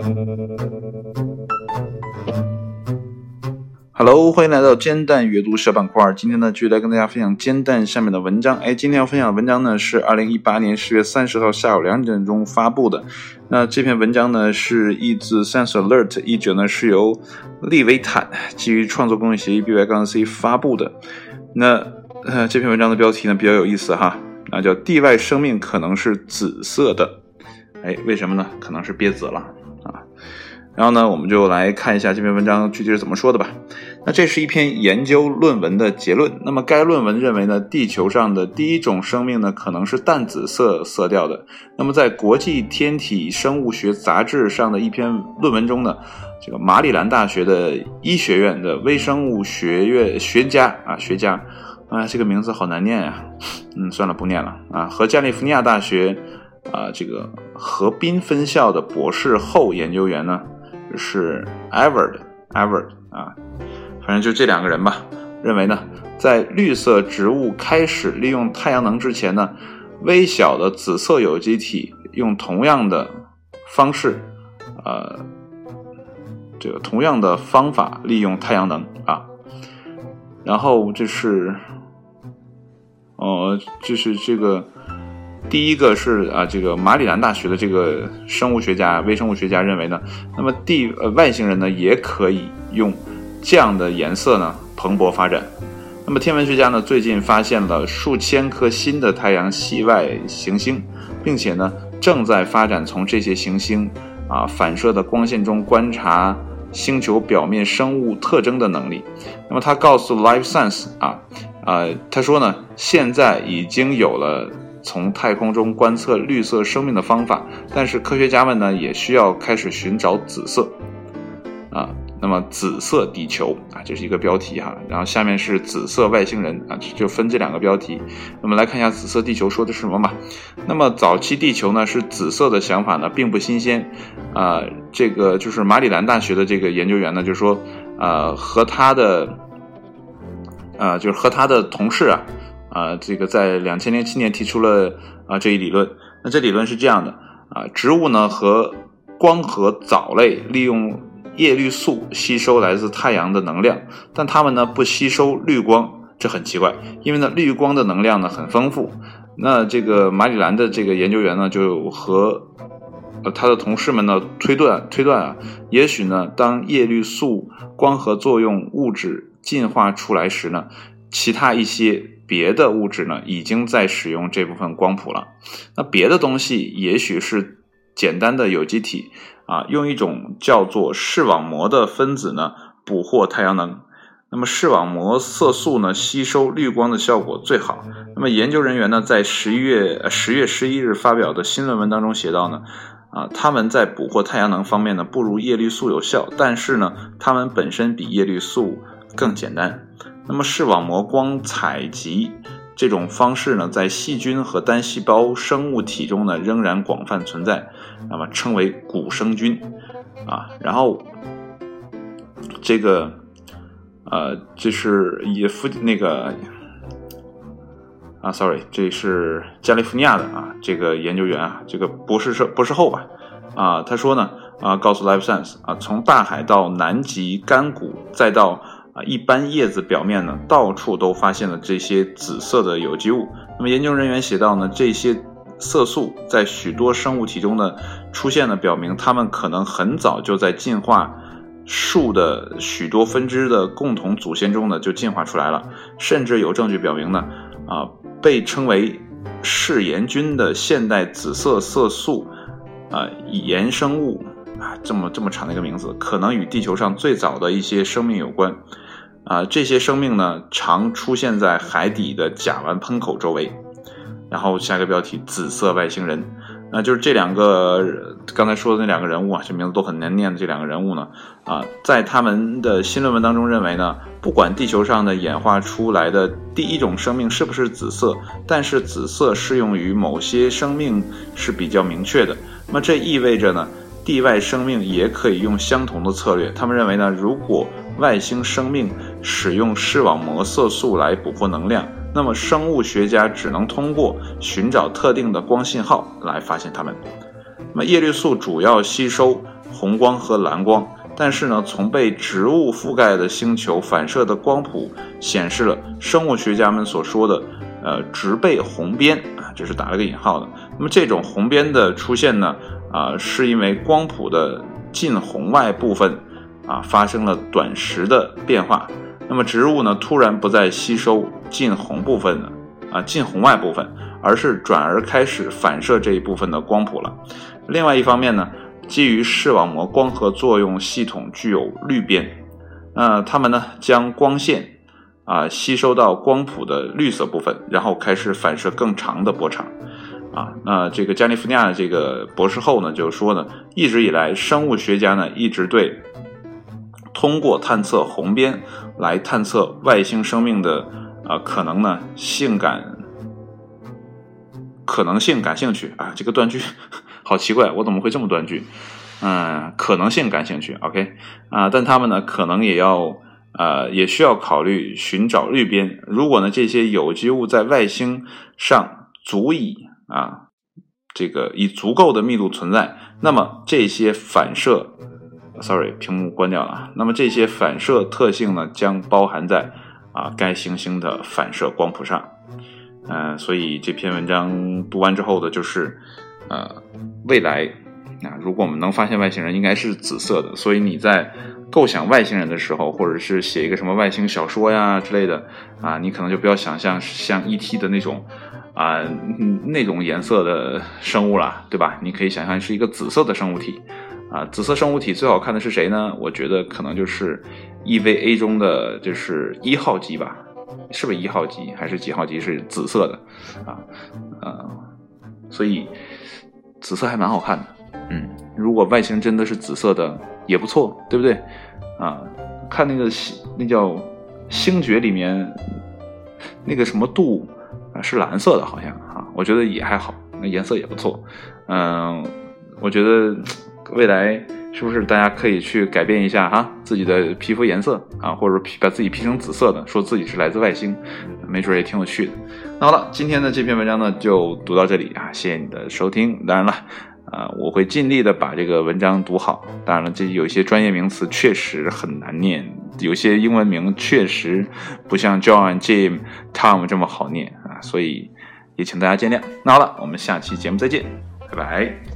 Hello， 欢迎来到煎蛋阅读小板块。今天呢，继续来跟大家分享煎蛋下面的文章。今天要分享的文章呢是2018年10月30号下午2点钟发布的。那这篇文章呢是译自 Sense Alert， 译者呢是由利维坦基于创作公益协议 BY-C 发布的。那这篇文章的标题呢比较有意思哈，那叫地外生命可能是紫色的。为什么呢？可能是憋紫了啊。然后呢，我们就来看一下这篇文章具体是怎么说的吧。那这是一篇研究论文的结论。那么该论文认为呢，地球上的第一种生命呢，可能是淡紫色色调的。那么在国际天体生物学杂志上的一篇论文中呢，这个马里兰大学的医学院的微生物学家，这个名字好难念呀。算了，不念了啊。和加利福尼亚大学这个河滨分校的博士后研究员呢，是 Everd 反正就这两个人吧，认为呢，在绿色植物开始利用太阳能之前呢，微小的紫色有机体用同样的方式同样的方法利用太阳能然后这是这个第一个是这个马里兰大学的这个微生物学家认为呢，那么外星人呢也可以用这样的颜色呢蓬勃发展。那么天文学家呢最近发现了数千颗新的太阳系外行星，并且呢正在发展从这些行星反射的光线中观察星球表面生物特征的能力。那么他告诉 Life Science 他说呢，现在已经有了从太空中观测绿色生命的方法，但是科学家们呢也需要开始寻找紫色那么紫色地球这是一个标题然后下面是紫色外星人就分这两个标题。那么来看一下紫色地球说的是什么吧。那么早期地球呢是紫色的想法呢并不新鲜这个就是马里兰大学的这个研究员呢就说和他的同事这个在2007年提出了这一理论。那这理论是这样的植物呢和光合藻类利用叶绿素吸收来自太阳的能量，但它们呢不吸收绿光，这很奇怪，因为呢绿光的能量呢很丰富。那这个马里兰的这个研究员呢就和他的同事们呢推断也许呢当叶绿素光合作用物质进化出来时呢，其他一些别的物质呢已经在使用这部分光谱了。那别的东西也许是简单的有机体用一种叫做视网膜的分子呢捕获太阳能。那么视网膜色素呢吸收绿光的效果最好。那么研究人员呢在10月11日发表的新论文当中写到呢他们在捕获太阳能方面呢不如叶绿素有效，但是呢它们本身比叶绿素更简单。那么视网膜光采集这种方式呢在细菌和单细胞生物体中呢仍然广泛存在，那么称为古生菌然后这个这是这是加利福尼亚的这个研究员这个博士后吧他说呢告诉 Life Science 从大海到南极干谷再到一般叶子表面呢到处都发现了这些紫色的有机物。那么研究人员写道呢，这些色素在许多生物体中的出现呢表明它们可能很早就在进化树的许多分支的共同祖先中呢就进化出来了。甚至有证据表明呢被称为嗜盐菌的现代紫色色素衍生物这么长的一个名字，可能与地球上最早的一些生命有关这些生命呢常出现在海底的甲烷喷口周围。然后下一个标题，紫色外星人。那就是这两个刚才说的那两个人物这名字都很难念的这两个人物呢在他们的新论文当中认为呢，不管地球上的演化出来的第一种生命是不是紫色，但是紫色适用于某些生命是比较明确的。那么这意味着呢，地外生命也可以用相同的策略。他们认为呢，如果外星生命使用视网膜色素来捕获能量，那么生物学家只能通过寻找特定的光信号来发现它们。那么叶绿素主要吸收红光和蓝光，但是呢，从被植物覆盖的星球反射的光谱显示了生物学家们所说的植被红边啊，这是打了个引号的。那么这种红边的出现呢，是因为光谱的近红外部分发生了短时的变化。那么植物呢，突然不再吸收近红部分的近红外部分，而是转而开始反射这一部分的光谱了。另外一方面呢，基于视网膜光合作用系统具有绿边，它们呢将光线吸收到光谱的绿色部分，然后开始反射更长的波长。那这个加利福尼亚的这个博士后呢就说呢，一直以来生物学家呢一直对通过探测红边来探测外星生命的可能性感兴趣这个断句好奇怪，我怎么会这么断句？可能性感兴趣 ，OK 但他们呢可能也需要考虑寻找绿边。如果呢这些有机物在外星上足以以足够的密度存在，那么这些屏幕关掉了。那么这些反射特性呢将包含在该行星的反射光谱上。所以这篇文章读完之后的就是未来如果我们能发现外星人应该是紫色的，所以你在构想外星人的时候，或者是写一个什么外星小说呀之类的你可能就不要想象像 ET 的那种那种颜色的生物了，对吧？你可以想象是一个紫色的生物体紫色生物体最好看的是谁呢？我觉得可能就是 EVA 中的就是1号机吧，是不是1号机还是几号机是紫色的所以紫色还蛮好看的。如果外星真的是紫色的也不错，对不对看那叫星爵里面那个什么度是蓝色的好像我觉得也还好，那颜色也不错。我觉得未来是不是大家可以去改变一下自己的皮肤颜色或者把自己 P 成紫色的，说自己是来自外星，没准也挺有趣的。那好了，今天的这篇文章呢就读到这里谢谢你的收听。当然了我会尽力的把这个文章读好。当然了，这有些专业名词确实很难念，有些英文名确实不像 John、Jim、Tom 这么好念所以也请大家见谅。那好了，我们下期节目再见，拜拜。